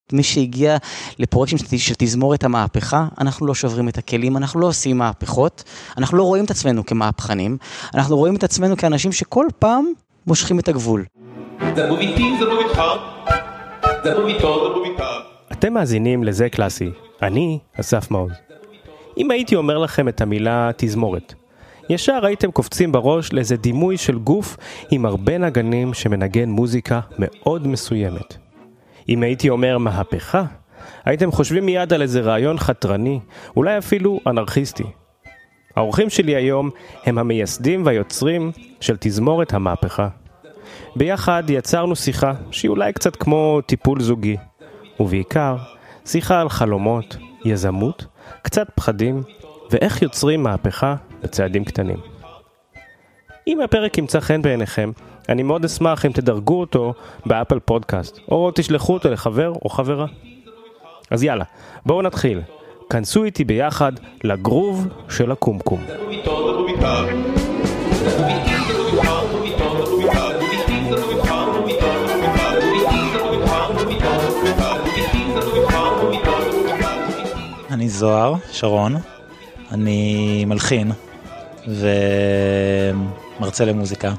מי שהגיע לפרויקטים של תזמורת המהפכה, אנחנו לא שוברים את הכלים, אנחנו לא עושים מהפכות, אנחנו לא רואים את עצמנו כמהפכנים, אנחנו רואים את עצמנו כאנשים שכל פעם מושכים את הגבול. אתם מאזינים לזה קלאסי, אני אסף מעוז. אם הייתי אומר לכם את המילה תזמורת, ישר הייתם קופצים בראש לאיזה דימוי של גוף עם הרבה נגנים שמנגן מוזיקה מאוד מסוימת. אם הייתי אומר מהפכה, הייתם חושבים מיד על איזה רעיון חתרני, אולי אפילו אנרכיסטי. האורחים שלי היום הם המייסדים והיוצרים של תזמורת המהפכה. ביחד יצרנו שיחה שהיא אולי קצת כמו טיפול זוגי, ובעיקר שיחה על חלומות, יזמות, קצת פחדים, ואיך יוצרים מהפכה בצעדים קטנים. אם הפרק ימצא חן בעיניכם, אני מאוד אשמח אם תדרגו אותו באפל פודקאסט, או תשלחו אותו לחבר או חברה. אז יאללה, בואו נתחיל. כנסו איתי ביחד לגרוב של הקומקום. אני זוהר, שרון, אני מלחין ומרצה למוזיקה.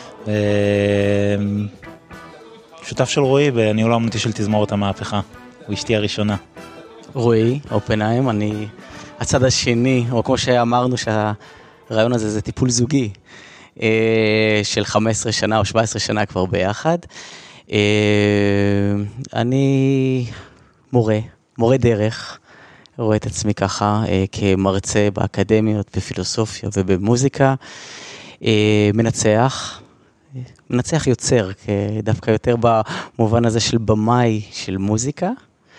שותף של רועי בניהול האמנותי של תזמורת המהפכה, הוא אשתי הראשונה. רועי, אופנהיים, אני הצד השני, או כמו שאמרנו שהרעיון הזה זה טיפול זוגי, של 15 שנה או 17 שנה כבר ביחד. אני מורה דרך, רואה את עצמי ככה כמרצה באקדמיות, בפילוסופיה ובמוזיקה, מנצח יוצר, דווקא יותר במובן הזה של במאי של מוזיקה,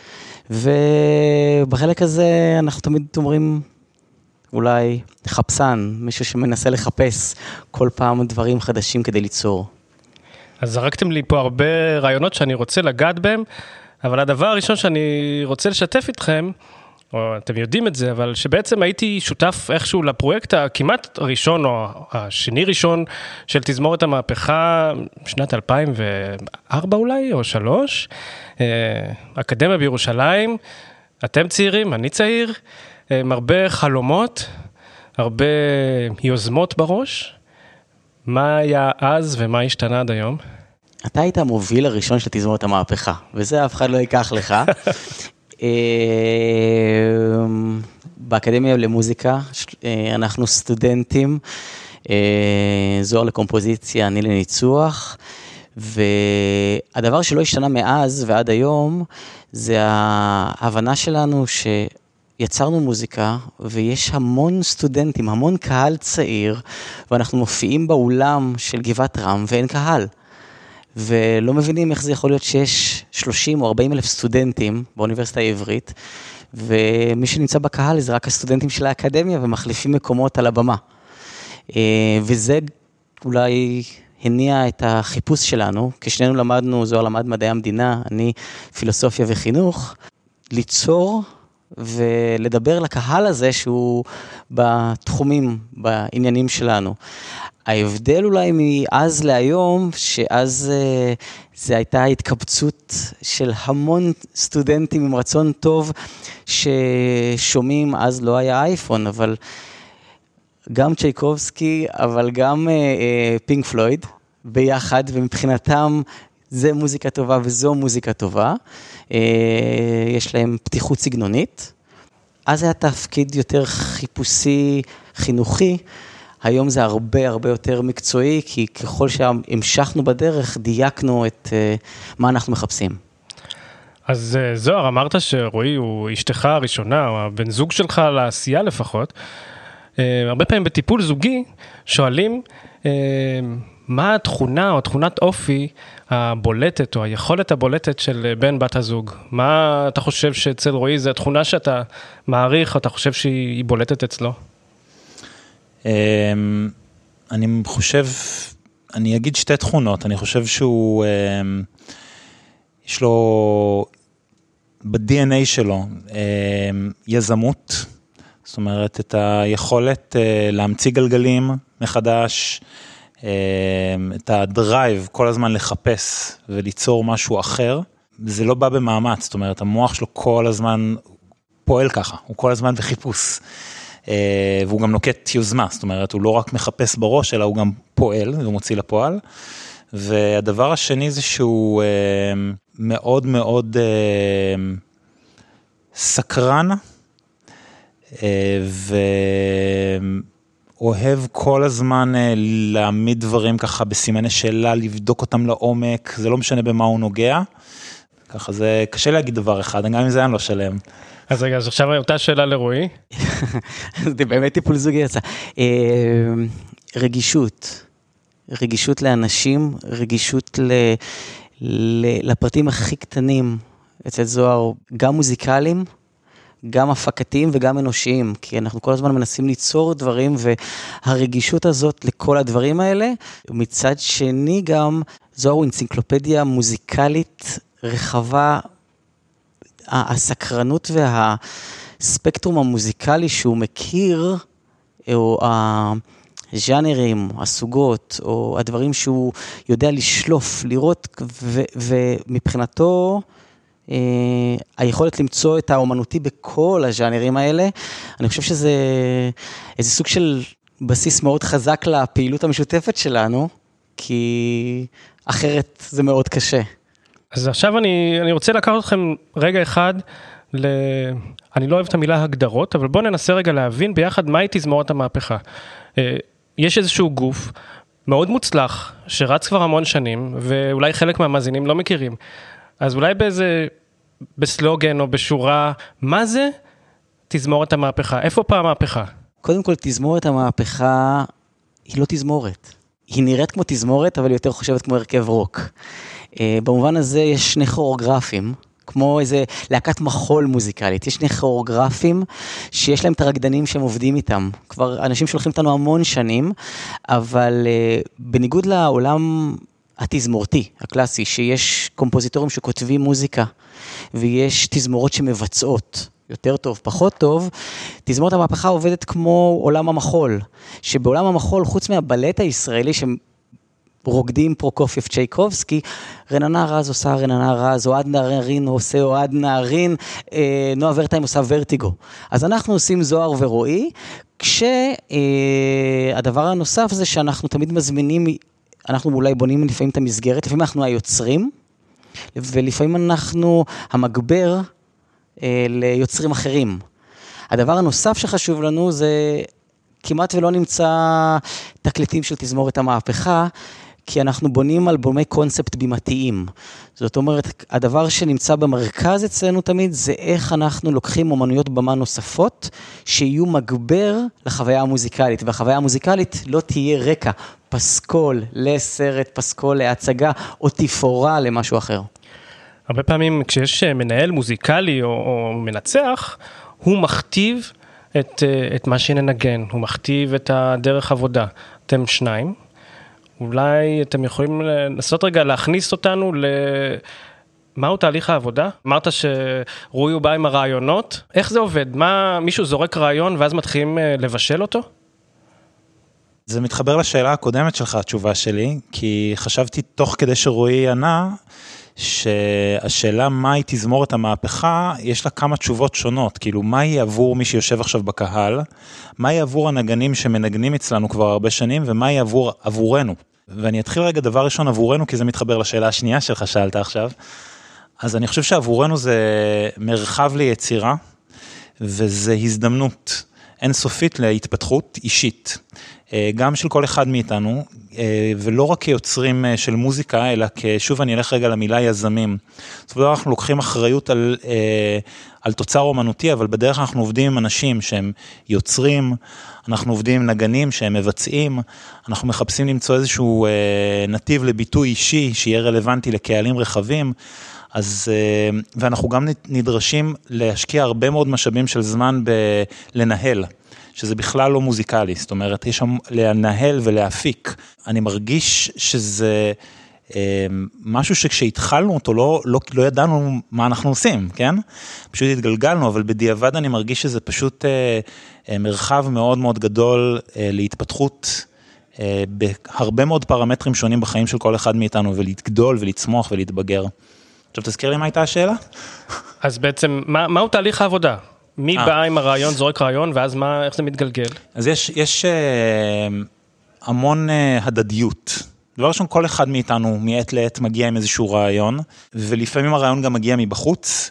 ובחלק הזה אנחנו תמיד אומרים אולי חפשן, מישהו שמנסה לחפש כל פעם דברים חדשים כדי ליצור. אז זרקתם לי פה הרבה רעיונות שאני רוצה לגעת בהם, אבל הדבר הראשון שאני רוצה לשתף איתכם, או אתם יודעים את זה, אבל שבעצם הייתי שותף איכשהו לפרויקט הכמעט הראשון, או השני ראשון של תזמורת המהפכה, שנת 2004 אולי, או 3, אקדמיה בירושלים, אתם צעירים, אני צעיר, הרבה חלומות, הרבה יוזמות בראש. מה היה אז ומה השתנה עד היום? אתה היית המוביל הראשון של תזמורת המהפכה, וזה אף אחד לא ייקח לך. באקדמיה למוזיקה, אנחנו סטודנטים, זוהר לקומפוזיציה, אני לניצוח, והדבר שלא השתנה מאז ועד היום, זה ההבנה שלנו שיצרנו מוזיקה, ויש המון סטודנטים, המון קהל צעיר, ואנחנו מופיעים באולם של גבעת רם, ואין קהל. ולא מבינים איך זה יכול להיות שיש 30 או 40 אלף סטודנטים באוניברסיטה העברית, ומי שנמצא בקהל זה רק הסטודנטים של האקדמיה, ומחליפים מקומות על הבמה. וזה אולי הניע את החיפוש שלנו, כשנינו למדנו, זוהר למד מדעי המדינה, אני פילוסופיה וחינוך, ליצור ולדבר לקהל הזה שהוא בתחומים, בעניינים שלנו. ההבדל אולי מאז להיום, שאז זה הייתה התקבצות של המון סטודנטים עם רצון טוב ששומעים, אז לא היה אייפון, אבל גם צ'ייקובסקי, אבל גם פינק פלויד ביחד, ומבחינתם זה מוזיקה טובה וזו מוזיקה טובה. יש להם פתיחות סגנונית. אז היה תפקיד יותר חיפושי, חינוכי, היום זה הרבה הרבה יותר מקצועי, כי ככל שהמשכנו בדרך, דייקנו את מה אנחנו מחפשים. אז זוהר, אמרת שרועי הוא אשתך הראשונה, או הבן זוג שלך לעשייה לפחות. הרבה פעמים בטיפול זוגי שואלים מה התכונה או תכונת אופי הבולטת, או היכולת הבולטת של בן בת הזוג. מה אתה חושב שאצל רועי זה התכונה שאתה מעריך, או אתה חושב שהיא בולטת אצלו? אני חושב, אני אגיד שתי תכונות, אני חושב שהוא, יש לו, ב-DNA שלו, יזמות, זאת אומרת, את היכולת להמציא גלגלים מחדש, את הדרייב כל הזמן לחפש וליצור משהו אחר, זה לא בא במאמץ, זאת אומרת, המוח שלו כל הזמן פועל ככה, הוא כל הזמן בחיפוש, והוא גם נוקט יוזמה, זאת אומרת, הוא לא רק מחפש בראש, אלא הוא גם פועל, הוא מוציא לפועל, והדבר השני זה שהוא מאוד מאוד סקרן, ואוהב כל הזמן להעמיד דברים ככה בסימני שאלה, לבדוק אותם לעומק, זה לא משנה במה הוא נוגע, ככה זה קשה להגיד דבר אחד, גם אם זה אני לא שלם. אז רגע, אז עכשיו אותה שאלה לרועי. זה באמת טיפול זוגי יצא. רגישות לאנשים, רגישות לפרטים הכי קטנים אצל זוהר, גם מוזיקליים, גם הפקתיים וגם אנושיים, כי אנחנו כל הזמן מנסים ליצור דברים, והרגישות הזאת לכל הדברים האלה, מצד שני גם זוהר הוא אנציקלופדיה מוזיקלית רחבה, הסקרנות והספקטרום המוזיקלי שהוא מכיר, או הז'אנרים, הסוגות, או הדברים שהוא יודע לשלוף, לראות, ומבחינתו, היכולת למצוא את האומנותי בכל הז'אנרים האלה, אני חושב שזה איזה סוג של בסיס מאוד חזק לפעילות המשותפת שלנו, כי אחרת זה מאוד קשה. אז עכשיו אני רוצה לקחת אתכם רגע אחד, אני לא אוהב את המילה הגדרות, אבל בואו ננסה רגע להבין ביחד מהי תזמורת המהפכה. יש איזשהו גוף מאוד מוצלח, שרץ כבר המון שנים, ואולי חלק מהמאזינים לא מכירים. אז אולי בסלוגן או בשורה, מה זה תזמורת המהפכה? איפה פעם המהפכה? קודם כל, תזמורת המהפכה היא לא תזמורת. היא נראית כמו תזמורת, אבל היא יותר חושבת כמו הרכב רוק. במובן הזה יש שני כוריאוגרפים, כמו איזה להקת מחול מוזיקלית. יש שני כוריאוגרפים שיש להם את הרקדנים שהם עובדים איתם. כבר אנשים שולחים אותנו המון שנים, אבל בניגוד לעולם התזמורתי, הקלאסי, שיש קומפוזיטורים שכותבים מוזיקה, ויש תזמורות שמבצעות יותר טוב, פחות טוב, תזמורת המהפכה עובדת כמו עולם המחול, שבעולם המחול, חוץ מהבלט הישראלי, רוקדים פרוקופיוף צ'ייקובסקי, רננה רז עושה רננה רז, אוהד נהרין עושה אוהד נהרין, נועה ורטיים עושה ורטיגו. אז אנחנו עושים זוהר ורועי, כשהדבר הנוסף זה שאנחנו תמיד מזמינים, אנחנו אולי בונים לפעמים את המסגרת, לפעמים אנחנו היוצרים, ולפעמים אנחנו המגבר ליוצרים אחרים. הדבר הנוסף שחשוב לנו זה כמעט ולא נמצא תקליטים של תזמורת המהפכה, כי אנחנו בונים אלבומי קונספט בימתיים. זאת אומרת, הדבר שנמצא במרכז אצלנו תמיד, זה איך אנחנו לוקחים אומנויות במה נוספות, שיהיו מגבר לחוויה המוזיקלית, והחוויה המוזיקלית לא תהיה רקע, פסקול לסרט, פסקול להצגה, או תפאורה למשהו אחר. הרבה פעמים כשיש מנהל מוזיקלי או מנצח, הוא מכתיב את מה שננגן, הוא מכתיב את הדרך עבודה. אתם שניים, אולי אתם יכולים לנסות רגע להכניס אותנו מהו תהליך העבודה? אמרת שרועי הוא בא עם הרעיונות, איך זה עובד? מישהו זורק רעיון ואז מתחילים לבשל אותו? זה מתחבר לשאלה הקודמת שלך, התשובה שלי, כי חשבתי תוך כדי שרועי ענה, שהשאלה מהי תזמורת המהפכה, יש לה כמה תשובות שונות, כאילו מהי עבור מי שיושב עכשיו בקהל, מהי עבור הנגנים שמנגנים אצלנו כבר הרבה שנים, ומהי עבורנו. ואני אתחיל רגע דבר ראשון עבורנו, כי זה מתחבר לשאלה השנייה שלך שאלת עכשיו. אז אני חושב שעבורנו זה מרחב ליצירה, וזה הזדמנות אינסופית להתפתחות אישית. גם של כל אחד מאיתנו, ולא רק כיוצרים של מוזיקה, אלא שוב אני אלך רגע למילה יזמים. זאת אומרת, אנחנו לוקחים אחריות על תוצר אומנותי, אבל בדרך אנחנו עובדים עם אנשים שהם יוצרים, אנחנו עובדים עם נגנים שהם מבצעים, אנחנו מחפשים למצוא איזשהו נתיב לביטוי אישי, שיהיה רלוונטי לקהלים רחבים, ואנחנו גם נדרשים להשקיע הרבה מאוד משאבים של זמן לנהל, שזה בכלל לא מוזיקלי, זאת אומרת, יש שם לנהל ולהפיק. אני מרגיש שזה משהו שכשהתחלנו אותו, לא ידענו מה אנחנו עושים, כן? פשוט התגלגלנו, אבל בדיעבד אני מרגיש שזה פשוט מרחב מאוד מאוד גדול להתפתחות, בהרבה מאוד פרמטרים שונים בחיים של כל אחד מאיתנו, ולהתגדול ולצמוח ולהתבגר. עכשיו תזכיר לי מה הייתה השאלה? אז בעצם, מהו תהליך העבודה? מי בא עם הרעיון, זורק רעיון, ואז איך זה מתגלגל? אז יש המון הדדיות. דבר ראשון, כל אחד מאיתנו מעת לעת מגיע עם איזשהו רעיון, ולפעמים הרעיון גם מגיע מבחוץ,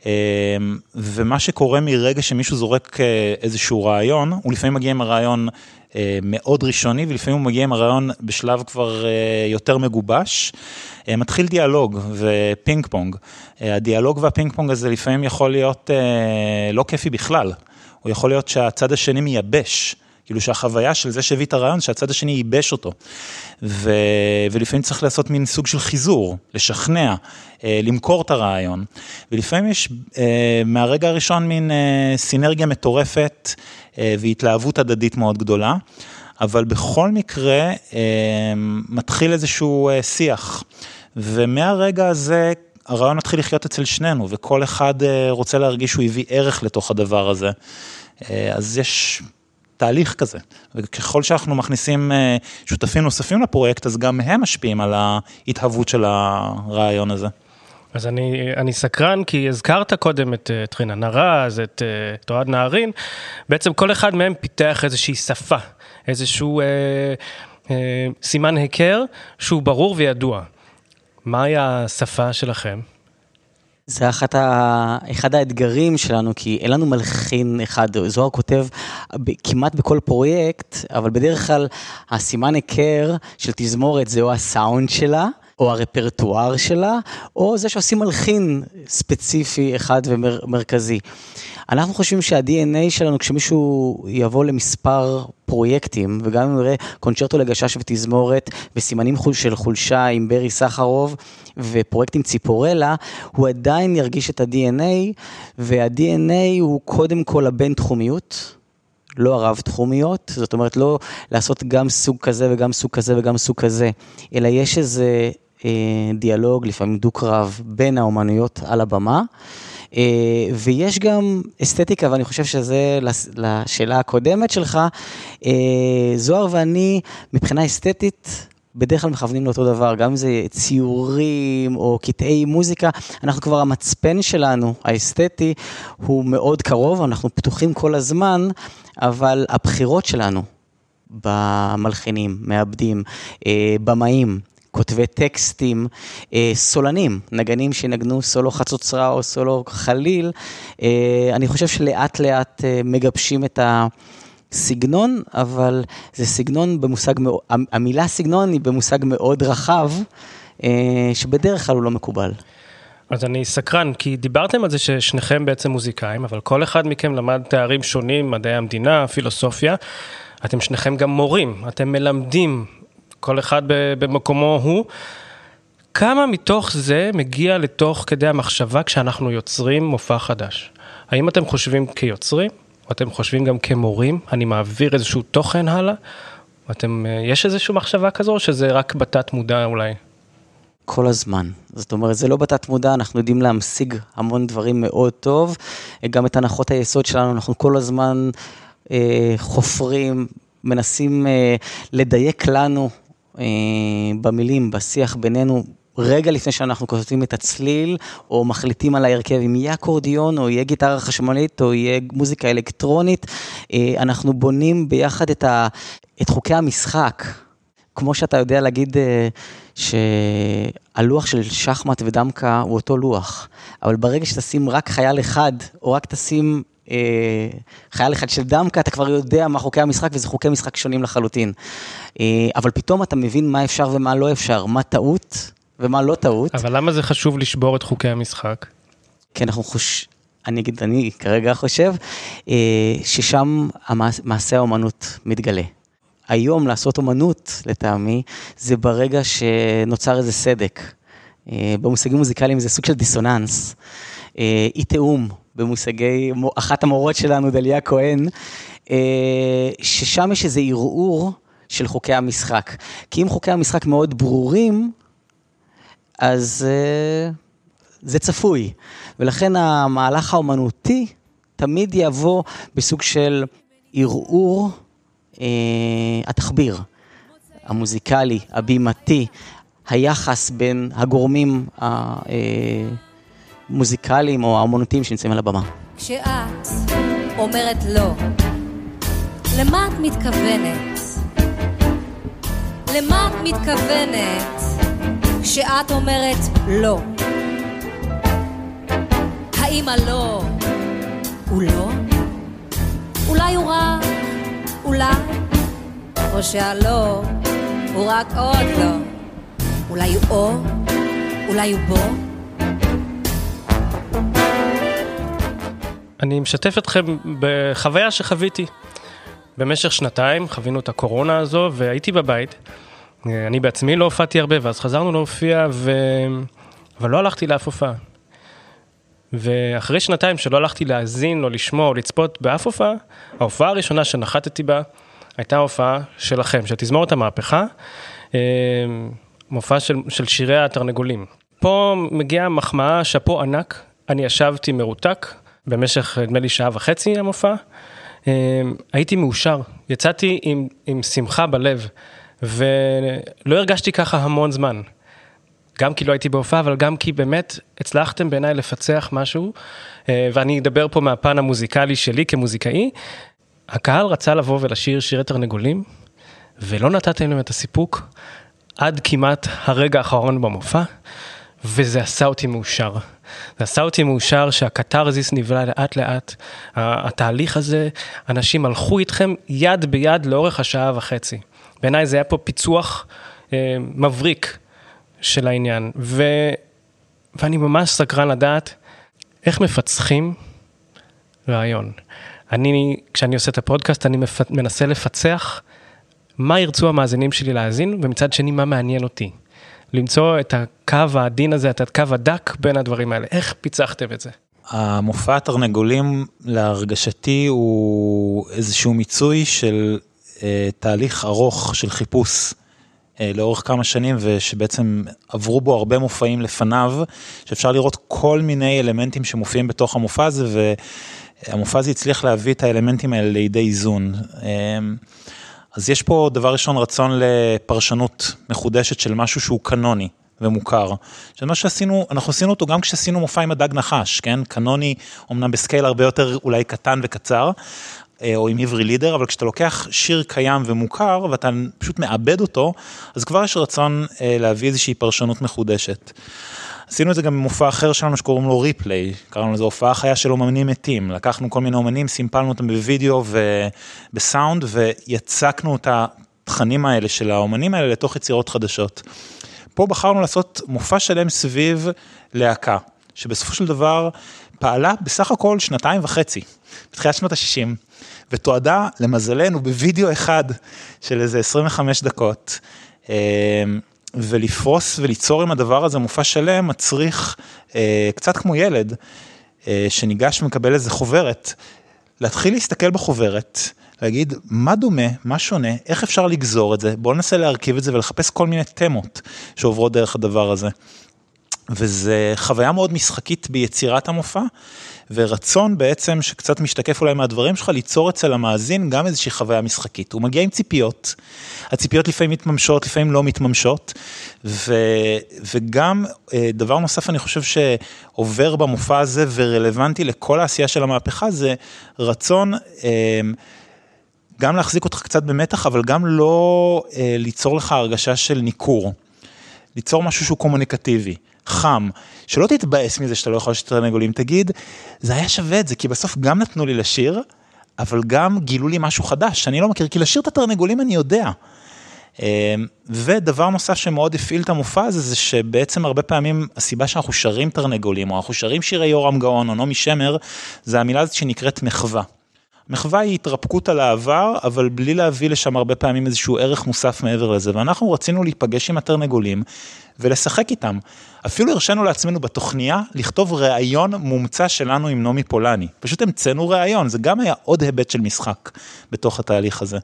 ומה שקורה מרגע שמישהו זורק איזשהו רעיון, הוא לפעמים מגיע עם הרעיון מאוד ראשוני, ולפעמים הוא מגיע עם הרעיון בשלב כבר יותר מגובש, מתחיל דיאלוג ופינג פונג. הדיאלוג והפינג פונג הזה לפעמים יכול להיות לא כיפי בכלל, הוא יכול להיות שהצד השני מייבש, כאילו שהחוויה של זה שהביא את הרעיון, שהצד השני ייבש אותו. ולפעמים צריך לעשות מין סוג של חיזור, לשכנע, למכור את הרעיון. ולפעמים יש מהרגע הראשון מין סינרגיה מטורפת, והתלהבות הדדית מאוד גדולה, אבל בכל מקרה מתחיל איזשהו שיח. ומהרגע הזה הרעיון מתחיל לחיות אצל שנינו, וכל אחד רוצה להרגיש שהוא הביא ערך לתוך הדבר הזה. אז יש תהליך כזה, וככל שאנחנו מכניסים שותפים נוספים לפרויקט, אז גם הם משפיעים על ההתהוות של הרעיון הזה. אז אני סקרן, כי הזכרת קודם את חנן ארז, את אוהד נהרין, בעצם כל אחד מהם פיתח איזושהי שפה, איזשהו סימן היכר שהוא ברור וידוע. מהי השפה שלכם? זה אחד האתגרים שלנו, כי אין לנו מלחין אחד, זוהר כותב כמעט בכל פרויקט, אבל בדרך כלל הסימן היכר של תזמורת זה או הסאונד שלה, או הרפרטואר שלה, או זה שעושים מלחין ספציפי אחד ומרכזי. אנחנו חושבים שה-DNA שלנו, כשמישהו יבוא למספר פרויקטים, וגם אם נראה קונצ'רטו לגשש ותזמורת, וסימנים של חולשה עם ברי סחרוב, ופרויקטים ציפורלה, הוא עדיין ירגיש את ה-DNA, וה-DNA הוא קודם כל הבין-תחומיות, לא הרב-תחומיות, זאת אומרת לא לעשות גם סוג כזה וגם סוג כזה וגם סוג כזה, אלא יש איזה דיאלוג, לפעמים דו-קרב, בין האומנויות על הבמה, ויש גם אסתטיקה, ואני חושב שזה לשאלה הקודמת שלך, זוהר ואני מבחינה אסתטית, בדרך כלל מכוונים לאותו דבר, גם אם זה ציורים או קטעי מוזיקה, אנחנו כבר המצפן שלנו, האסתטי, הוא מאוד קרוב, אנחנו פתוחים כל הזמן, אבל הבחירות שלנו במלחינים, מעבדים, במאים, כותבי טקסטים, סולנים, נגנים שנגנו סולו חצוצרה או סולו חליל, אני חושב שלאט לאט מגבשים את הסגנון, אבל זה סגנון במושג, המילה סגנון היא במושג מאוד רחב, שבדרך כלל הוא לא מקובל. אז אני סקרן, כי דיברתם על זה ששניכם בעצם מוזיקאים, אבל כל אחד מכם למד תארים שונים, מדעי המדינה, פילוסופיה, אתם שניכם גם מורים, אתם מלמדים, כל אחד במקומו הוא. כמה מתוך זה מגיע לתוך כדי המחשבה כשאנחנו יוצרים מופע חדש? האם אתם חושבים כיוצרים? או אתם חושבים גם כמורים? אני מעביר איזשהו תוכן הלאה? יש איזשהו מחשבה כזו, או שזה רק בתת מודע אולי? כל הזמן. זאת אומרת, זה לא בתת מודע, אנחנו יודעים להמשיג המון דברים מאוד טוב, גם את הנחות היסוד שלנו, אנחנו כל הזמן חופרים, מנסים לדייק לנו במילים, בשיח בינינו, רגע לפני שאנחנו כותבים את הצליל, או מחליטים על ההרכב, אם יהיה אקורדיון, או יהיה גיטרה חשמלית, או יהיה מוזיקה אלקטרונית, אנחנו בונים ביחד את חוקי המשחק, כמו שאתה יודע להגיד שהלוח של שחמט ודמקה הוא אותו לוח, אבל ברגע שתשים רק חייל אחד, או רק תשים חייל אחד של דמקה, אתה כבר יודע מה חוקי המשחק, וזה חוקי משחק שונים לחלוטין. אבל פתאום אתה מבין מה אפשר ומה לא אפשר, מה טעות ומה לא טעות. אבל למה זה חשוב לשבור את חוקי המשחק? כי אני כרגע חושב, ששם מעשה האומנות מתגלה. היום לעשות אומנות, לטעמי, זה ברגע שנוצר איזה סדק. במושגים מוזיקליים זה סוג של דיסוננס. אי תאום במושגי, אחת המורות שלנו, דליה כהן, ששם יש איזה ערעור של חוקי המשחק. כי אם חוקי המשחק מאוד ברורים, אז זה צפוי. ולכן המהלך האומנותי תמיד יבוא בסוג של ערעור התחביר, המוזיקלי, הבימתי, היחס בין הגורמים המוזיקליים או האומנותיים שנמצאים על הבמה. כשאת אומרת לא, למה את מתכוונת? למה את מתכוונת כשאת אומרת לא? האם הלא הוא לא? אולי הוא רק, אולי, או שהלא הוא רק עוד לא. אולי הוא או, אולי הוא בו. אני משתף אתכם בחוויה שחוויתי. במשך 2 חווינו את הקורונה הזו והייתי בבית. אני בעצמי לא הופעתי הרבה, ואז חזרנו להופיע, אבל לא הלכתי לאף הופעה. ואחרי 2 שלא הלכתי להאזין או לשמוע או לצפות באף הופעה, ההופעה הראשונה שנחתתי בה הייתה הופעה שלכם, של תזמורת המהפכה, מופע של שירי התרנגולים. פה מגיעה מחמאה, שפו ענק, אני ישבתי מרותק במשך נדמה לי 1.5 שעה למופע, הייתי מאושר, יצאתי עם שמחה בלב, ולא הרגשתי ככה המון זמן. גם כי לא הייתי בהופעה, אבל גם כי באמת הצלחתם בעיניי לפצח משהו, ואני אדבר פה מהפן המוזיקלי שלי כמוזיקאי, הקהל רצה לבוא ולשיר שירי תרנגולים, ולא נתתם להם את הסיפוק, עד כמעט הרגע האחרון במופע, וזה עשה אותי מאושר. זה עשה אותי מאושר שהקטרזיס נבלה לאט לאט, התהליך הזה, אנשים הלכו איתכם יד ביד לאורך 1.5 שעה. בעיניי זה היה פה פיצוח מבריק של העניין, ואני ממש סקרן לדעת איך מפצחים רעיון. כשאני עושה את הפודקאסט, אני מנסה לפצח מה ירצו המאזינים שלי להאזין, ומצד שני מה מעניין אותי. למצוא את הקו העדין הזה, את הקו הדק בין הדברים האלה. איך פיצחתם את זה? המופע התרנגולים להרגשתי הוא איזשהו מיצוי של תהליך ארוך של חיפוש לאורך כמה שנים, ושבעצם עברו בו הרבה מופעים לפניו, שאפשר לראות כל מיני אלמנטים שמופיעים בתוך המופע הזה, והמופע הזה הצליח להביא את האלמנטים האלה לידי איזון. אז יש פה דבר ראשון רצון לפרשנות מחודשת של משהו שהוא קנוני ומוכר. שמה שעשינו, אנחנו עשינו אותו גם כשעשינו מופע עם הדג נחש, כן? קנוני, אמנם בסקייל הרבה יותר אולי קטן וקצר, או עם עברי לידר, אבל כשאתה לוקח שיר קיים ומוכר, ואתה פשוט מאבד אותו, אז כבר יש רצון להביא איזושהי פרשנות מחודשת. עשינו את זה גם במופע אחר שלנו שקוראים לו ריפליי, קראנו לזה הופעה חיה של אומנים מתים, לקחנו כל מיני אומנים, סימפלנו אותם בווידאו ובסאונד, ויצקנו את התכנים האלה של האומנים האלה לתוך יצירות חדשות. פה בחרנו לעשות מופע שלם סביב להקה, שבסופו של דבר פעלה בסך הכל 2.5, בתחילת שנות ה-60, ותועדה למזלנו בווידאו אחד של איזה 25 דקות, ולפרוס וליצור עם הדבר הזה מופע שלם מצריך קצת כמו ילד שניגש ומקבל איזה חוברת, להתחיל להסתכל בחוברת, להגיד מה דומה, מה שונה, איך אפשר לגזור את זה, בואו ננסה להרכיב את זה ולחפש כל מיני תמות שעוברות דרך הדבר הזה. וזה חוויה מאוד משחקית ביצירת המופע, ורצון בעצם שקצת משתקף אולי מהדברים שלך, ליצור אצל המאזין גם איזושהי חוויה משחקית. הוא מגיע עם ציפיות, הציפיות לפעמים מתממשות, לפעמים לא מתממשות, וגם דבר נוסף אני חושב שעובר במופע הזה ורלוונטי לכל העשייה של המהפכה, זה רצון גם להחזיק אותך קצת במתח, אבל גם לא ליצור לך הרגשה של ניכור, ליצור משהו שהוא קומוניקטיבי. חם, שלא תתבאס מזה שאתה לא יכול לשיר תרנגולים, תגיד, זה היה שווה את זה, כי בסוף גם נתנו לי לשיר, אבל גם גילו לי משהו חדש, שאני לא מכיר, כי לשיר את התרנגולים אני יודע. ודבר נוסף שמאוד הפעיל את המופע הזה, זה שבעצם הרבה פעמים הסיבה שאנחנו שרים תרנגולים, או אנחנו שרים שירי יורם גאון, או נעמי שמר, זה המילה הזאת שנקראת מחווה. מחווה היא התרפקות על העבר, אבל בלי להביא לשם הרבה פעמים איזשהו ערך מוסף מעבר לזה, ואנחנו רצינו להיפגש עם התרנגולים, ולשחק איתם. אפילו הרשנו לעצמנו בתוכניה, לכתוב ראיון מומצא שלנו עם נעמי פולני. פשוט המצאנו ראיון, זה גם היה עוד היבט של משחק, בתוך התהליך הזה.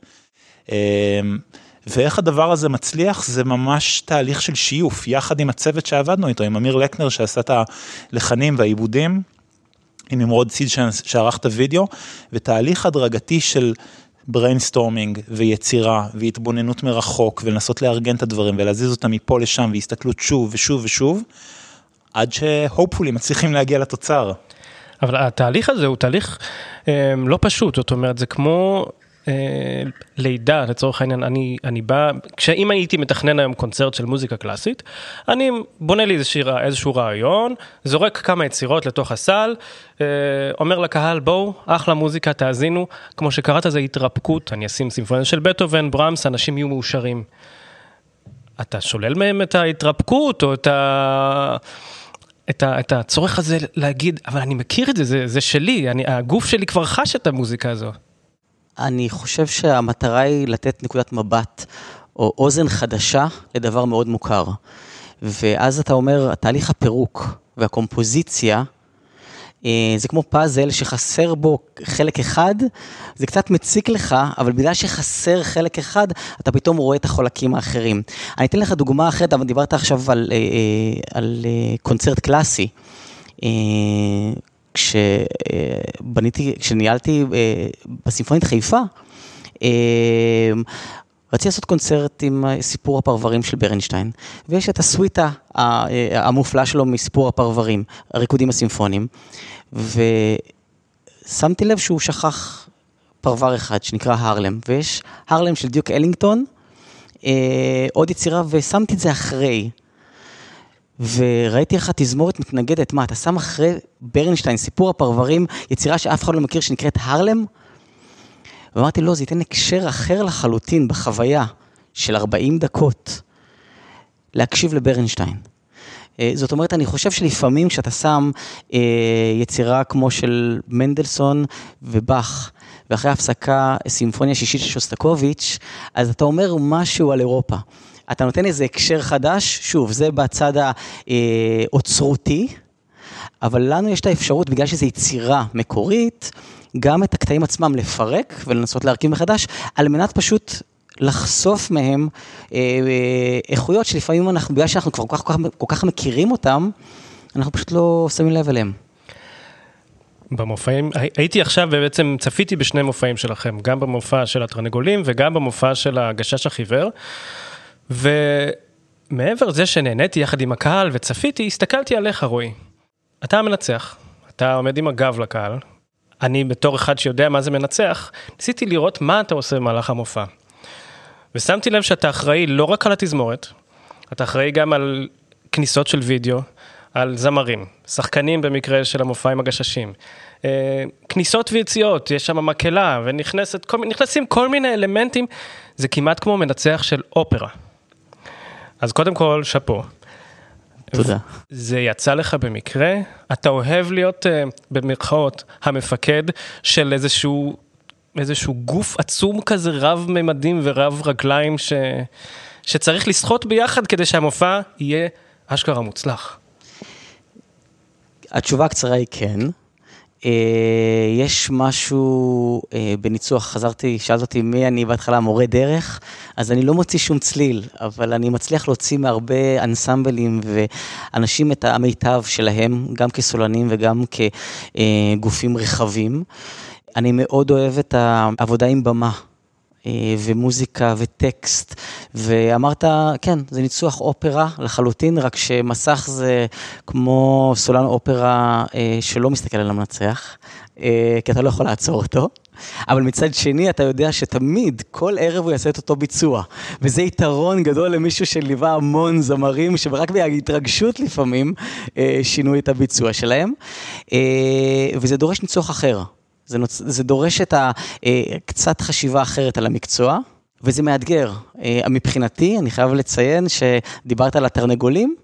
ואיך הדבר הזה מצליח, זה ממש תהליך של שיוף, יחד עם הצוות שעבדנו איתו, עם אמיר לקנר שעשה את הלחנים והעיבודים, עם נמרוד סיד שערך את הוידאו, ותהליך הדרגתי של בריינסטורמינג ויצירה והתבוננות מרחוק, ולנסות לארגן את הדברים ולהזיז אותם מפה לשם, והסתכלות שוב ושוב ושוב, עד שהופפולי מצליחים להגיע לתוצר. אבל התהליך הזה הוא תהליך לא פשוט, זאת אומרת, זה כמו לידה, לצורך העניין, אני בא, אם הייתי מתכנן היום קונצרט של מוזיקה קלאסית, אני בונה לי איזשהו רעיון, זורק כמה יצירות לתוך הסל, אומר לקהל, בואו, אחלה מוזיקה, תאזינו, כמו שקראת, זה התרפקות, אני אשים סימפוניה של בטהובן, ברמס, אנשים יהיו מאושרים. אתה שולל מהם את ההתרפקות, או את הצורך הזה להגיד, אבל אני מכיר את זה, זה שלי, הגוף שלי כבר חש את המוזיקה הזו. אני חושב שהמטרה היא לתת נקודת מבט או אוזן חדשה לדבר מאוד מוכר. ואז אתה אומר, התהליך הפירוק והקומפוזיציה, זה כמו פאזל שחסר בו חלק אחד, זה קצת מציק לך, אבל בגלל שחסר חלק אחד, אתה פתאום רואה את החולקים האחרים. אני אתן לך דוגמה אחרת, אבל דיברת עכשיו על קונצרט קלאסי. כשניהלתי בסימפונית חיפה, רציתי לעשות קונצרט עם סיפור הפרברים של ברנשטיין, ויש את הסוויטה המופלא שלו מסיפור הפרברים, הריקודים הסימפוניים, ושמתי לב שהוא שכח פרבר אחד שנקרא הרלם, ויש הרלם של דיוק אלינגטון, עוד יצירה, ושמתי את זה אחרי, וראיתי איך התזמורת מתנגדת, מה, אתה שם אחרי ברנשטיין, סיפור הפרברים, יצירה שאף אחד לא מכיר שנקראת הרלם? ואמרתי, לא, זה ייתן הקשר אחר לחלוטין בחוויה של 40 דקות, להקשיב לברנשטיין. זאת אומרת, אני חושב שלפעמים כשאתה שם יצירה כמו של מנדלסון ובח, ואחרי הפסקה סימפוניה שישית של שוסטקוביץ', אז אתה אומר משהו על אירופה. אתה נותן איזה הקשר חדש, שוב, זה בצד האוצרותי, אבל לנו יש את האפשרות, בגלל שזו יצירה מקורית, גם את הקטעים עצמם לפרק ולנסות להרכיב מחדש, על מנת פשוט לחשוף מהם איכויות שלפעמים אנחנו, בגלל שאנחנו כבר כל כך מכירים אותם, אנחנו פשוט לא שמים לב אליהם. במופעים, הייתי עכשיו ובעצם צפיתי בשני מופעים שלכם, גם במופע של התרנגולים וגם במופע של הגשש החיוור, ומעבר לזה שנהניתי יחד עם הקהל וצפיתי, הסתכלתי עליך רועי. אתה המנצח, אתה עומד עם הגב לקהל, אני בתור אחד שיודע מה זה מנצח, ניסיתי לראות מה אתה עושה במהלך המופע. ושמתי לב שאתה אחראי לא רק על התזמורת, אתה אחראי גם על כניסות של וידאו, על זמרים, שחקנים במקרה של המופע עם הגששים, כניסות ויציאות, יש שם מקהלה, ונכנסים כל מיני אלמנטים, זה כמעט כמו מנצח של אופרה. אז קודם כל, שפו. תודה. זה יצא לך במקרה, אתה אוהב להיות במרכאות המפקד של איזשהו גוף עצום כזה, רב ממדים ורב רגליים שצריך לשחות ביחד כדי שהמופע יהיה אשכרה מוצלח. התשובה הקצרה היא כן. יש משהו בניצוח, שאלת אותי מי אני בהתחלה מורה דרך, אז אני לא מוציא שום צליל, אבל אני מצליח להוציא מהרבה אנסמבלים ואנשים את המיטב שלהם, גם כסולנים וגם כגופים רחבים. אני מאוד אוהב את העבודה עם במה, ומוזיקה וטקסט, ואמרת, כן, זה ניצוח אופרה לחלוטין, רק שמסך זה כמו סולן אופרה שלא מסתכל על המנצח, כי אתה לא יכול לעצור אותו, אבל מצד שני אתה יודע שתמיד, כל ערב הוא יעשה את אותו ביצוע, וזה יתרון גדול למישהו שליווה המון זמרים, שרק בהתרגשות לפעמים שינו את הביצוע שלהם, וזה דורש ניצוח אחר. זה דורש את קצת חשיבה אחרת על המקצוע, וזה מאתגר. מבחינתי, אני חייב לציין שדיברת על התרנגולים,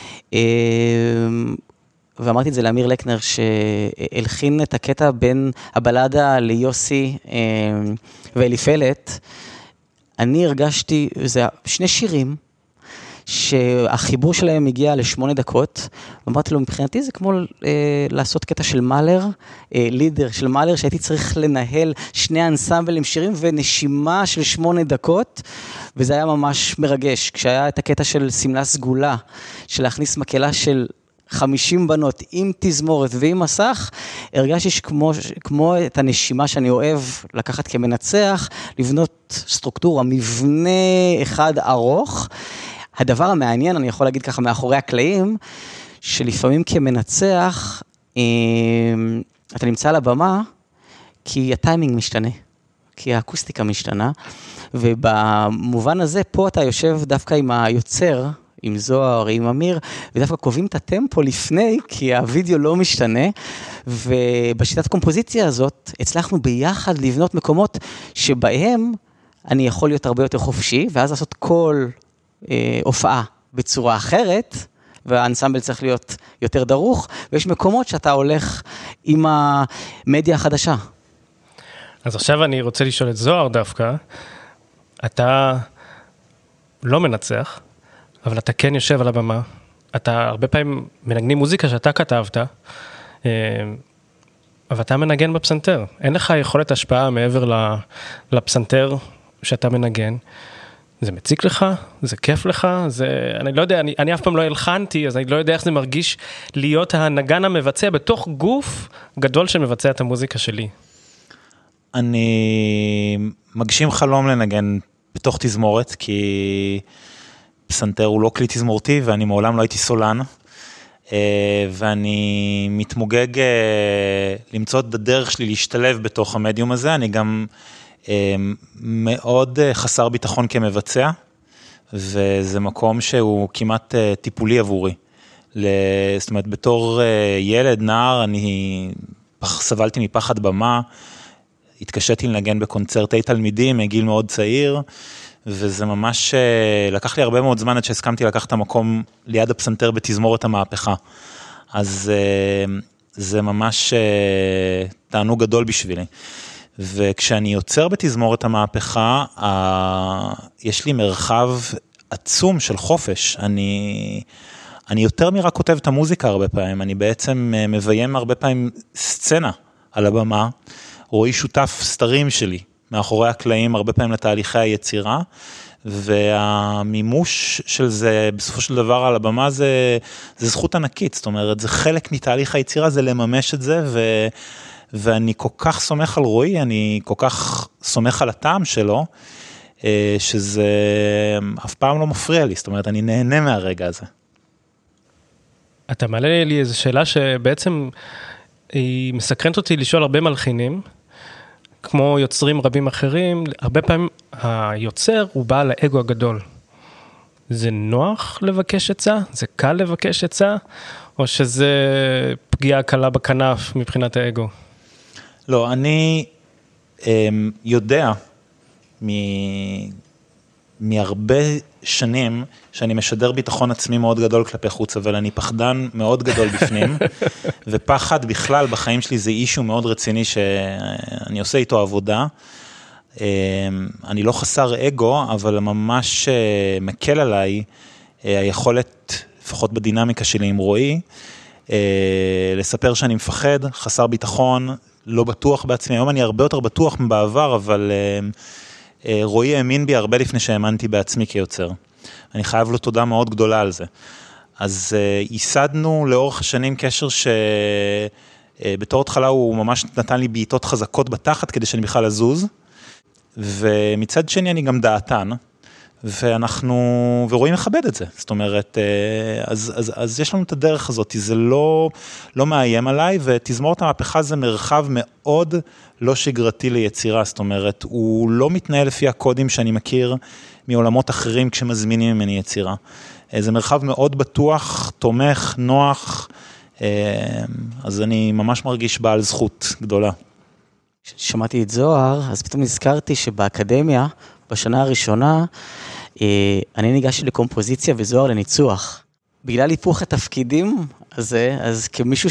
ואמרתי את זה לאמיר לקנר, שהלחין את הקטע בין הבלדה ליוסי ואליפלת. אני הרגשתי, זה שני שירים, שהחיבור שלהם הגיע ל8 דקות, ואמרתי לו, מבחינתי זה כמו לעשות קטע של מאלר, לידר של מאלר, שהייתי צריך לנהל שני אנסמבלים שירים ונשימה של 8 דקות, וזה היה ממש מרגש. כשהיה את הקטע של סמלה סגולה, של להכניס מקהלה של 50 בנות עם תזמורת ועם מסך, הרגשתי כמו את הנשימה שאני אוהב לקחת כמנצח, לבנות סטרוקטורה, מבנה אחד ארוך. הדבר המעניין, אני יכול להגיד ככה מאחורי הקלעים, שלפעמים כמנצח, אתה נמצא על הבמה, כי הטיימינג משתנה, כי האקוסטיקה משתנה, ובמובן הזה, פה אתה יושב דווקא עם היוצר, עם זוהר, עם אמיר, ודווקא קובעים את הטמפו לפני, כי הווידאו לא משתנה, ובשיטת קומפוזיציה הזאת, הצלחנו ביחד לבנות מקומות שבהם אני יכול להיות הרבה יותר חופשי, ואז לעשות כל הופעה בצורה אחרת, והאנסמבל צריך להיות יותר דרוך, ויש מקומות שאתה הולך עם המדיה החדשה. אז עכשיו אני רוצה לשאול את זוהר דווקא, אתה לא מנצח, אבל אתה כן יושב על הבמה, אתה הרבה פעמים מנגנים מוזיקה שאתה כתבת, אבל אתה מנגן בפסנתר, אין לך יכולת השפעה מעבר לפסנתר שאתה מנגן, זה מציק לך? זה כיף לך? אני לא יודע, אני אף פעם לא הלחנתי, אז אני לא יודע איך זה מרגיש להיות הנגן המבצע בתוך גוף גדול שמבצע את המוזיקה שלי. אני מגשים חלום לנגן בתוך תזמורת, כי פסנתר הוא לא כלי תזמורתי, ואני מעולם לא הייתי סולן, ואני מתמוגג למצוא את הדרך שלי להשתלב בתוך המדיום הזה, אני גם מאוד חסר ביטחון כמבצע, וזה מקום שהוא כמעט טיפולי עבורי. זאת אומרת, בתור ילד, נער, אני סבלתי מפחד במה, התקשיתי לנגן בקונצרטי תלמידים מגיל מאוד צעיר, וזה ממש לקח לי הרבה מאוד זמן עד שהסכמתי לקחת את המקום ליד הפסנתר בתזמורת המהפכה. אז זה ממש תענוג גדול בשבילי. וכשאני יוצר בתזמורת המהפכה, יש לי מרחב עצום של חופש. אני יותר מרק כותב את המוזיקה הרבה פעמים, אני בעצם מביים הרבה פעמים סצנה על הבמה, רואי שותף סתרים שלי, מאחורי הקלעים, הרבה פעמים לתהליכי היצירה, והמימוש של זה, בסופו של דבר על הבמה, זה זכות ענקית, זאת אומרת, זה חלק מתהליך היצירה, זה לממש את זה, ואני כל כך סומך על רואי, אני כל כך סומך על הטעם שלו, שזה אף פעם לא מפריע לי, זאת אומרת, אני נהנה מהרגע הזה. אתה מעלה לי איזו שאלה שבעצם היא מסקרנת אותי לשאול הרבה מלחינים, כמו יוצרים רבים אחרים, הרבה פעמים היוצר הוא בעל האגו הגדול. זה נוח לבקש עצה? זה קל לבקש עצה? או שזה פגיעה קלה בכנף מבחינת האגו? לא, אני יודע מהרבה שנים שאני משדר ביטחון עצמי מאוד גדול כלפי חוץ, אבל אני פחדן מאוד גדול בפנים, ופחד בכלל בחיים שלי זה אישו מאוד רציני שאני עושה איתו עבודה. אני לא חסר אגו, אבל ממש מקל עליי היכולת, לפחות בדינמיקה שלי עם רועי, לספר שאני מפחד, חסר ביטחון, לא בטוח בעצמי. היום אני הרבה יותר בטוח מבעבר, אבל רועי האמין בי הרבה לפני שהאמנתי בעצמי כיוצר. אני חייב לו תודה מאוד גדולה על זה. אז ייסדנו לאורך השנים קשר שבתור התחלה הוא ממש נתן לי בעיטות חזקות בתחת כדי שאני בכלל אזוז, ומצד שני אני גם דעתן, ורועי מכבד את זה. זאת אומרת, אז יש לנו את הדרך הזאת, זה לא מאיים עליי, ותזמורת המהפכה זה מרחב מאוד לא שגרתי ליצירה, זאת אומרת, הוא לא מתנהל לפי הקודים שאני מכיר מעולמות אחרים כשמזמינים ממני יצירה. זה מרחב מאוד בטוח, תומך, נוח, אז אני ממש מרגיש בעל זכות גדולה. שמעתי את זוהר, אז פתאום נזכרתי שבאקדמיה, בשנה הראשונה, אני ניגשתי לקומפוזיציה וזוהר לניצוח. בגלל היפוך התפקידים הזה, אז כמישהו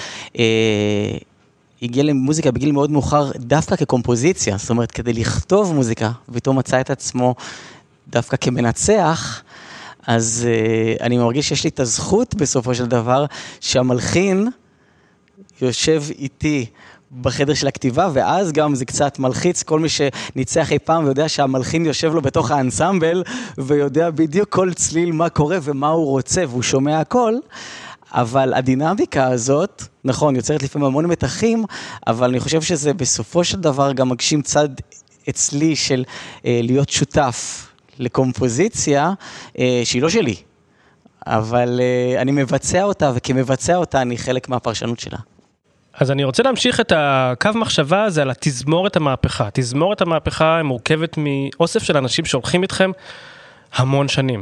שהגיע למוזיקה בגיל מאוד מאוחר, דווקא כקומפוזיציה, זאת אומרת, כדי לכתוב מוזיקה, ופתאום מצא את עצמו דווקא כמנצח, אז אני מרגיש שיש לי את הזכות בסופו של דבר, שהמלחין יושב איתי בחדר של הכתיבה, ואז גם זה קצת מלחיץ, כל מי שניצח אי פעם ויודע שהמלחין יושב לו בתוך האנסמבל, ויודע בדיוק כל צליל מה קורה ומה הוא רוצה, והוא שומע הכל, אבל הדינמיקה הזאת, נכון, יוצרת לפעמים המון מתחים, אבל אני חושב שזה בסופו של דבר גם מגשים צד אצלי של להיות שותף לקומפוזיציה שהיא לא שלי, אבל אני מבצע אותה, וכמבצע אותה אני חלק מהפרשנות שלה. אז אני רוצה להמשיך את הקו מחשבה הזה על התזמורת המהפכה. תזמורת המהפכה מורכבת מאוסף של אנשים שהולכים איתכם המון שנים.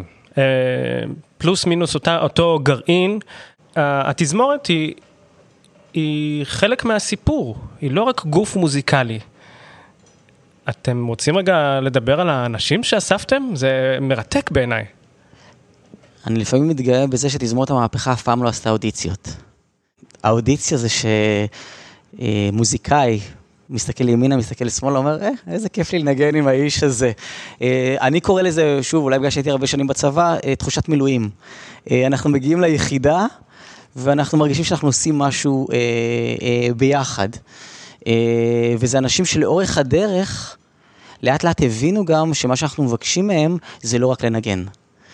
פלוס מינוס אותו גרעין. התזמורת היא חלק מהסיפור, היא לא רק גוף מוזיקלי. אתם רוצים רגע לדבר על האנשים שאספתם? זה מרתק בעיניי. אני לפעמים מתגאה בזה שתזמורת המהפכה אף פעם לא עשתה אודיציות. האודיציה זה שמוזיקאי מסתכל לימינה, מסתכל לשמאלה, אומר, איזה כיף לי לנגן עם האיש הזה. אני קורא לזה, שוב, אולי בגלל שהייתי הרבה שנים בצבא, תחושת מילואים. אנחנו מגיעים ליחידה, ואנחנו מרגישים שאנחנו עושים משהו ביחד. וזה אנשים שלאורך הדרך, לאט לאט הבינו גם שמה שאנחנו מבקשים מהם, זה לא רק לנגן.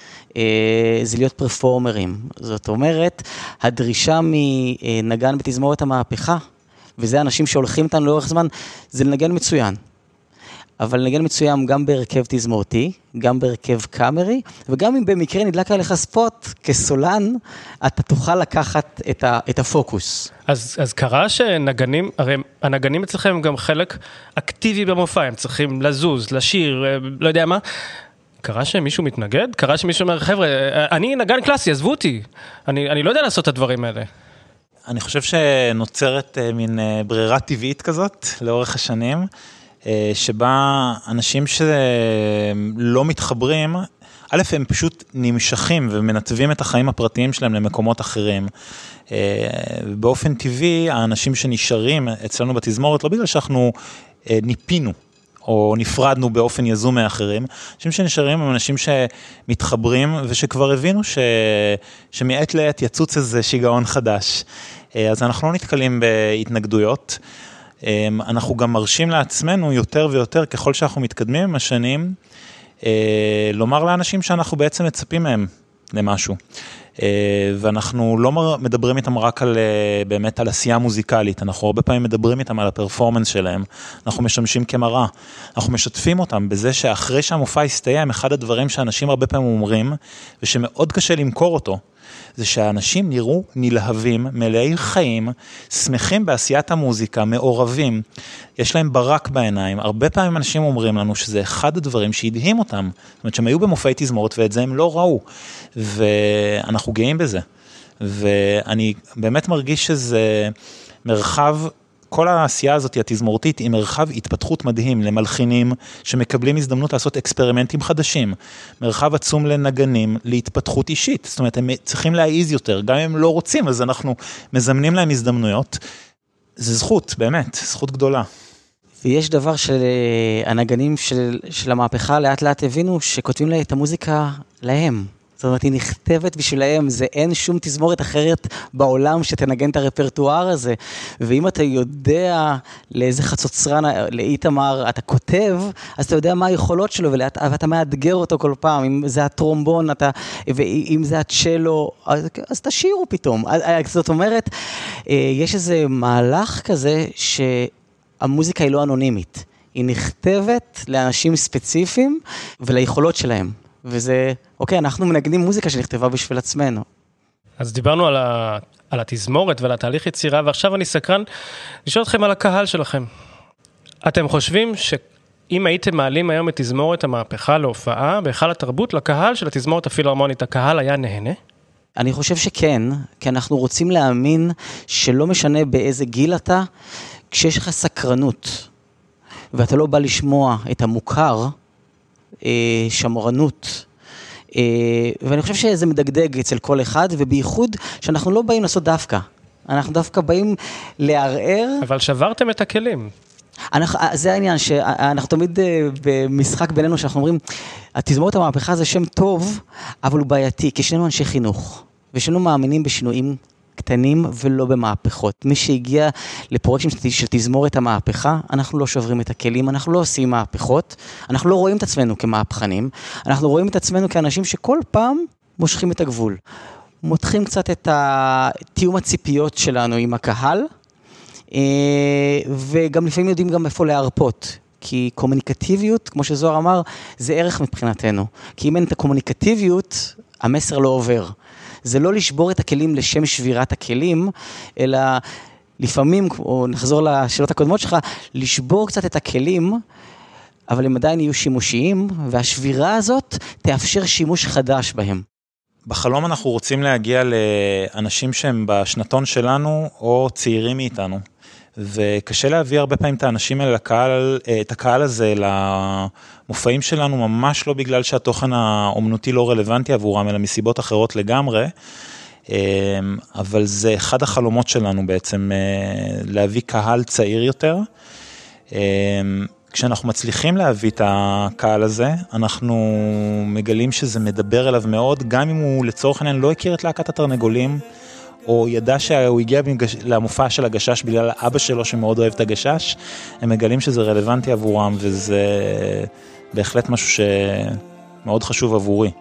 זה להיות פרפורמרים. זאת אומרת, הדרישה מנגן בתזמורת המהפכה, וזה אנשים שהולכים איתנו לאורך זמן, זה לנגן מצוין. אבל לנגן מצוין גם בהרכב תזמורתי, גם בהרכב קאמרי, וגם אם במקרה נדלק עליך ספוט כסולן, אתה תוכל לקחת את הפוקוס. אז קרה שנגנים, הרי הנגנים אצלכם הם גם חלק אקטיבי במופע, הם צריכים לזוז, לשיר, לא יודע מה. קרה שמישהו מתנגד? קרה שמישהו אומר, חבר'ה, אני נגן קלאסי, עזבו אותי. אני לא יודע לעשות את הדברים האלה. אני חושב שנוצרת מין ברירה טבעית כזאת, לאורך השנים, שבה אנשים שלא מתחברים, א', הם פשוט נמשכים ומנתבים את החיים הפרטיים שלהם למקומות אחרים. באופן טבעי, האנשים שנשארים אצלנו בתזמורת, לא בגלל שאנחנו ניפינו, או נפרדנו באופן יזום מאחרים, אנשים שנשארים הם אנשים שמתחברים, ושכבר הבינו שמעת לעת יצוץ איזה שיגעון חדש. אז אנחנו לא נתקלים בהתנגדויות, אנחנו גם מרשים לעצמנו יותר ויותר, ככל שאנחנו מתקדמים עם השנים, לומר לאנשים שאנחנו בעצם מצפים מהם למשהו. ואנחנו לא מדברים איתם רק באמת על עשייה מוזיקלית, אנחנו הרבה פעמים מדברים איתם על הפרפורמנס שלהם, אנחנו משמשים כמראה, אנחנו משתפים אותם בזה שאחרי שהמופע יסתיים, אחד הדברים שאנשים הרבה פעמים אומרים, ושמאוד קשה למכור אותו, זה שהאנשים נראו נלהבים, מלאי חיים, שמחים בעשיית המוזיקה, מעורבים, יש להם ברק בעיניים. הרבה פעמים אנשים אומרים לנו שזה אחד הדברים שהדהים אותם, זאת אומרת שהם היו במופעי תזמורת ואת זה הם לא ראו, ואנחנו גאים בזה. ואני באמת מרגיש שזה מרחב, כל העשייה הזאת התזמורתית היא מרחב התפתחות מדהים למלחינים שמקבלים הזדמנות לעשות אקספרימנטים חדשים, מרחב עצום לנגנים, להתפתחות אישית, זאת אומרת הם צריכים להעיז יותר, גם אם הם לא רוצים, אז אנחנו מזמנים להם הזדמנויות, זה זכות, באמת, זכות גדולה. ויש דבר שהנגנים של המהפכה לאט לאט הבינו שכותבים לה את המוזיקה להם. זאת אומרת, היא נכתבת בשבילהם, אין שום תזמורת אחרת בעולם שתנגן את הרפרטואר הזה. ואם אתה יודע לאיזה חצוצרן, לאיתמר, אתה כותב, אז אתה יודע מה היכולות שלו, ואתה מאתגר אותו כל פעם. אם זה הטרומבון, ואם זה הצ'לו, אז תשירו פתאום. זאת אומרת, יש איזה מהלך כזה שהמוזיקה היא לא אנונימית. היא נכתבת לאנשים ספציפיים וליכולות שלהם. וזה, אוקיי, אנחנו מנגנים מוזיקה שנכתבה בשביל עצמנו. אז דיברנו על התזמורת ועל התהליך יצירה, ועכשיו אני סקרן לשאול אתכם על הקהל שלכם. אתם חושבים שאם הייתם מעלים היום את תזמורת המהפכה להופעה, בהיכל התרבות, לקהל של התזמורת הפילהרמונית, הקהל היה נהנה? אני חושב שכן, כי אנחנו רוצים להאמין שלא משנה באיזה גיל אתה, כשיש לך סקרנות, ואתה לא בא לשמוע את המוכר, שמרנות, ואני חושב שזה מדגדג אצל כל אחד, ובייחוד שאנחנו לא באים לעשות דווקא, אנחנו דווקא באים לערער. אבל שברתם את הכלים. זה העניין, שאנחנו תמיד במשחק בינינו שאנחנו אומרים, התזמורת המהפכה זה שם טוב, אבל הוא בעייתי, כי שנינו אנשי חינוך, ושנינו מאמינים בשינויים קטנים ולא במהפכות. מי שהגיע לפרויקטים של תזמורת המהפכה, אנחנו לא שוברים את הכלים, אנחנו לא עושים מהפכות, אנחנו לא רואים את עצמנו כמהפכנים, אנחנו רואים את עצמנו כאנשים שכל פעם מושכים את הגבול. מותחים קצת את תיאום הציפיות שלנו עם הקהל, וגם לפעמים יודעים גם איפה להרפות. כי קומוניקטיביות, כמו שזוהר אמר, זה ערך מבחינתנו. כי אם אין את הקומוניקטיביות, המסר לא עובר. זה לא לשבור את הכלים לשם שבירת הכלים, אלא לפעמים, או נחזור לשאלות הקודמות שלך, לשבור קצת את הכלים, אבל הם עדיין יהיו שימושיים, והשבירה הזאת תאפשר שימוש חדש בהם. בחלום אנחנו רוצים להגיע לאנשים שהם בשנתון שלנו, או צעירים מאיתנו. וקשה להביא הרבה פעמים את האנשים האלה את הקהל הזה למופעים שלנו, ממש לא בגלל שהתוכן האומנותי לא רלוונטי עבורם, אלא מסיבות אחרות לגמרי, אבל זה אחד החלומות שלנו בעצם, להביא קהל צעיר יותר. כשאנחנו מצליחים להביא את הקהל הזה, אנחנו מגלים שזה מדבר אליו מאוד, גם אם הוא לצורך העניין לא הכיר את להקת התרנגולים, או ידע שהוא הגיע למופע של הגשש בגלל אבא שלו שמאוד אוהב את הגשש, הם מגלים שזה רלוונטי עבורם, וזה בהחלט משהו שמאוד חשוב עבורי.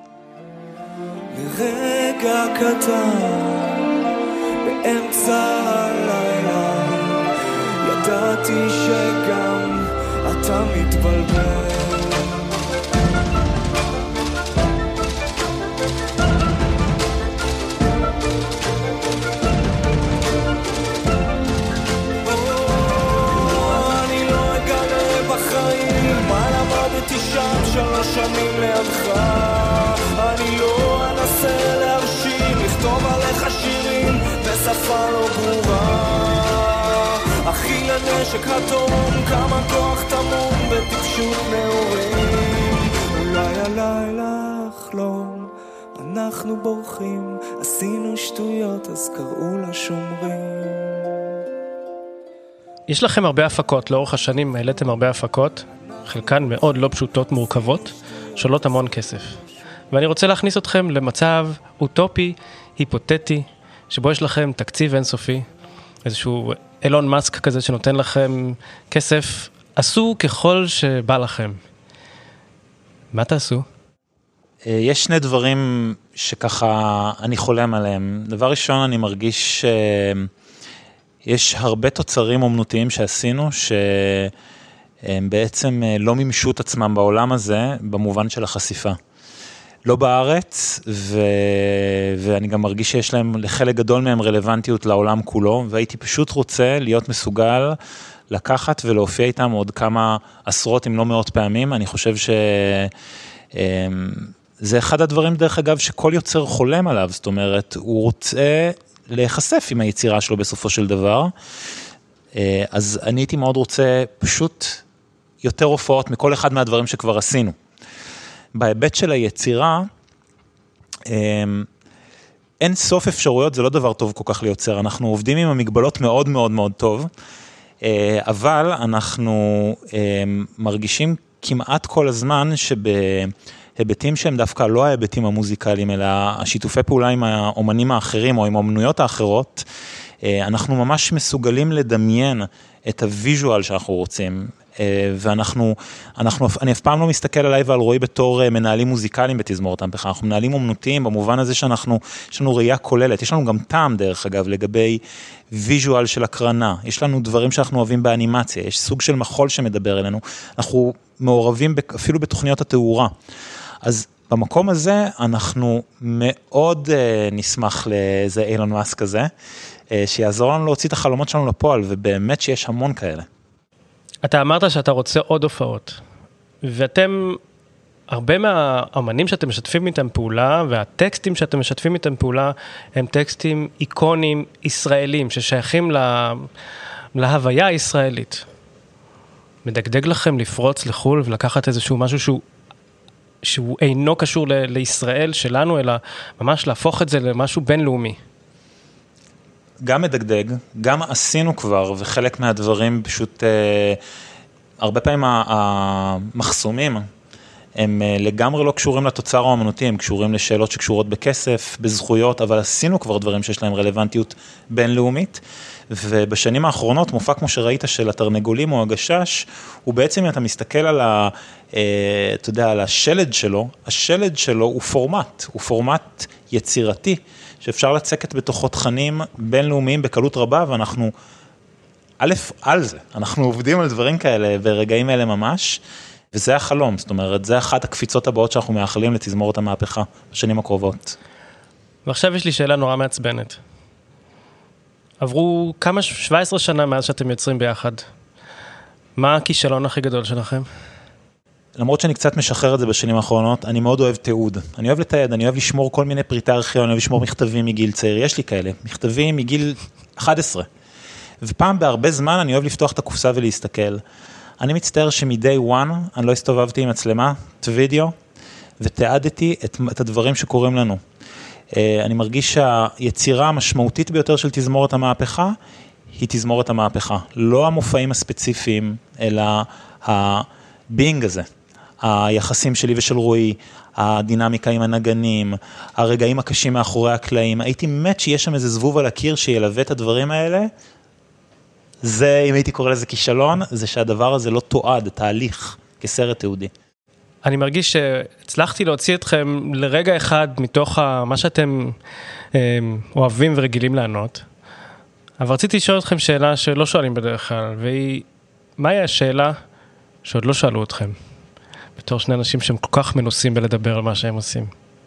לרגע קטן, באמצע הלילה, ידעתי שגם אתה מתבלבל. שלוש שנים לידך, אני לא אנסה להרשים, לכתוב עליך שירים בשפה לא ברורה. אחי לנשק התום, כמה כוח תמום בטיפשות נאורים. אולי הלילה החלום, אנחנו בורחים, עשינו שטויות אז קראו לשומרים. יש לכם הרבה הפקות, לאורך השנים העליתם הרבה הפקות, חלקן מאוד לא פשוטות, מורכבות, שעולות המון כסף. ואני רוצה להכניס אתכם למצב אוטופי, היפותטי, שבו יש לכם תקציב אינסופי, איזשהו אילון מאסק כזה שנותן לכם כסף, עשו ככל שבא לכם. מה תעשו? יש שני דברים שככה אני חולם עליהם. דבר ראשון, אני מרגיש שיש הרבה תוצרים אומנותיים שעשינו, הם בעצם לא מימשו את עצמם בעולם הזה, במובן של החשיפה. לא בארץ, ואני גם מרגיש שיש להם, לחלק גדול מהם רלוונטיות לעולם כולו, והייתי פשוט רוצה להיות מסוגל לקחת ולהופיע איתם עוד כמה עשרות, אם לא מאות פעמים. אני חושב שזה אחד הדברים, דרך אגב, שכל יוצר חולם עליו, זאת אומרת, הוא רוצה להיחשף עם היצירה שלו בסופו של דבר, אז אני הייתי מאוד רוצה פשוט יותר הופעות מכל אחד מהדברים שכבר עשינו. בהיבט של היצירה, אין סוף אפשרויות, זה לא דבר טוב כל כך ליוצר, אנחנו עובדים עם המגבלות מאוד מאוד מאוד טוב, אבל אנחנו מרגישים כמעט כל הזמן שבהיבטים שהם דווקא לא ההיבטים המוזיקליים, אלא השיתופי פעולה עם האומנים האחרים או עם האומנויות האחרות, אנחנו ממש מסוגלים לדמיין את הוויז'ואל שאנחנו רוצים, אני אף פעם לא מסתכל עליי ועל רועי בתור מנהלים מוזיקליים בתזמורת המהפכה, אנחנו מנהלים אומנותיים במובן הזה יש לנו ראייה כוללת, יש לנו גם טעם דרך אגב לגבי ויז'ואל של הקרנה, יש לנו דברים שאנחנו אוהבים באנימציה, יש סוג של מחול שמדבר אלינו, אנחנו מעורבים אפילו בתוכניות התאורה, אז במקום הזה אנחנו מאוד נשמח לאיזה אילון מאסק כזה, שיעזור לנו להוציא את החלומות שלנו לפועל, ובאמת שיש המון כאלה. אתה אמרת שאתה רוצה עוד הופעות, ואתם, הרבה מהאמנים שאתם משתפים איתם פעולה, והטקסטים שאתם משתפים איתם פעולה, הם טקסטים איקונים ישראלים, ששייכים להוויה הישראלית. מדגדג לכם לפרוץ לחול, ולקחת איזשהו משהו שהוא אינו קשור לישראל שלנו, אלא ממש להפוך את זה למשהו בינלאומי. גם מדגדג, גם עשינו כבר, וחלק מהדברים פשוט, הרבה פעמים המחסומים, הם לגמרי לא קשורים לתוצר האמנותי, הם קשורים לשאלות שקשורות בכסף, בזכויות, אבל עשינו כבר דברים שיש להם רלוונטיות בינלאומית, ובשנים האחרונות, מופע כמו שראית של התרנגולים או הגשש, הוא בעצם, אתה מסתכל על אתה יודע, על השלד שלו הוא פורמט יצירתי, שאפשר לצקת בתוכו תכנים בינלאומיים בקלות רבה, ואנחנו, א', על זה, אנחנו עובדים על דברים כאלה ברגעים האלה ממש, וזה החלום, זאת אומרת, זה אחת הקפיצות הבאות שאנחנו מאחלים לתזמורת המהפכה בשנים הקרובות. ועכשיו יש לי שאלה נורא מעצבנת. עברו 17 שנה מאז שאתם יוצרים ביחד. מה הכישלון הכי גדול שלכם? למרות שאני קצת משחרר את זה בשנים האחרונות, אני מאוד אוהב תיעוד. אני אוהב לתעד, אני אוהב לשמור כל מיני פריטי ארכיון, אני אוהב לשמור מכתבים מגיל צעיר, יש לי כאלה, מכתבים מגיל 11. ופעם בהרבה זמן אני אוהב לפתוח את הקופסה ולהסתכל. אני מצטער שמ-day one אני לא הסתובבתי עם מצלמה, וידאו, ותיעדתי את הדברים שקורים לנו. אני מרגיש שהיצירה המשמעותית ביותר של תזמורת המהפכה, היא תזמורת המהפכה. לא המופעים הספציפיים, אלא הבינג הזה. היחסים שלי ושל רועי, הדינמיקה עם הנגנים, הרגעים הקשים מאחורי הקלעים. הייתי מת שיש שם איזה זבוב על הקיר שילווה את הדברים האלה. זה, אם הייתי קורא לזה כישלון, זה שהדבר הזה לא תועד, תהליך, כסרט תיעודי. אני מרגיש שהצלחתי להוציא אתכם לרגע אחד מתוך מה שאתם אוהבים ורגילים לענות. אבל רציתי לשאול אתכם שאלה שלא שואלים בדרך כלל, והיא, מהי השאלה שעוד לא שאלו אתכם? בתור שני אנשים שהם כל כך מנוסים בלדבר על מה שהם עושים.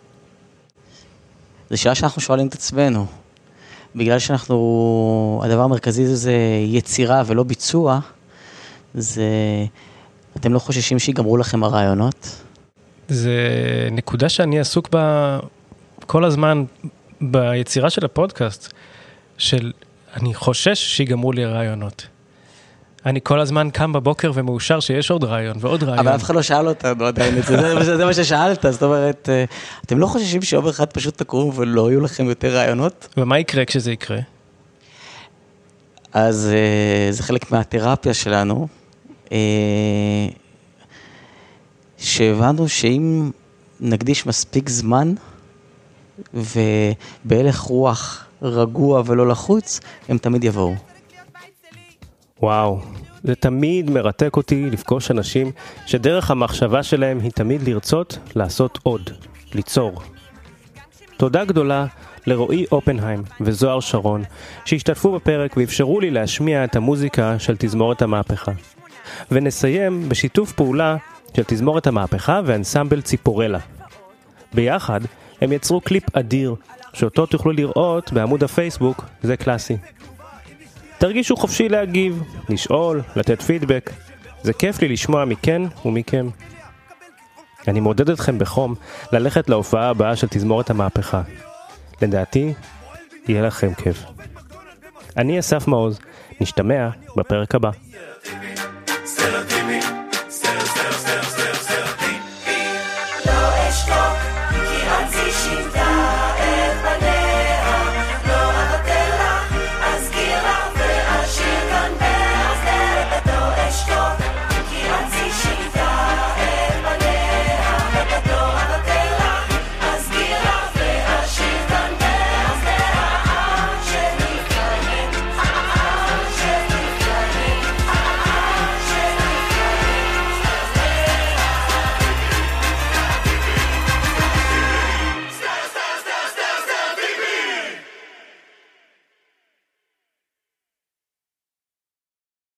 זו שאלה שאנחנו שואלים את עצמנו. בגלל שאנחנו, הדבר המרכזי זה יצירה ולא ביצוע, זה, אתם לא חוששים שיגמרו לכם הרעיונות? זה נקודה שאני עסוק בה כל הזמן ביצירה של הפודקאסט, של אני חושש שיגמרו לי הרעיונות. אני כל הזמן קם בבוקר ומאושר שיש עוד רעיון ועוד רעיון. אבל אף אחד לא שאל אותנו עדיין את זה, זה מה ששאלת, זאת אומרת, אתם לא חוששים שיום אחד פשוט תקומו ולא יהיו לכם יותר רעיונות? ומה יקרה כשזה יקרה? אז זה חלק מהתרפיה שלנו, שהבנו שאם נקדיש מספיק זמן, ובהלך רוח רגוע ולא לחוץ, הם תמיד יבואו. וואו, זה תמיד מרתק אותי לפגוש אנשים שדרך המחשבה שלהם היא תמיד לרצות לעשות עוד, ליצור. תודה גדולה לרועי אופנהיים וזוהר שרון שהשתתפו בפרק ואפשרו לי להשמיע את המוזיקה של תזמורת המהפכה. ונסיים בשיתוף פעולה של תזמורת המהפכה ואנסמבל ציפורלה. ביחד הם יצרו קליפ אדיר שאותו תוכלו לראות בעמוד הפייסבוק, זה קלאסי. תרגישו חופשי להגיב, לשאול, לתת פידבק. זה כיף לי לשמוע מכן ומכם. אני מעודד אתכם בחום ללכת להופעה הבאה של תזמורת המהפכה. לדעתי, יהיה לכם כיף. אני אסף מעוז, נשתמע בפרק הבא.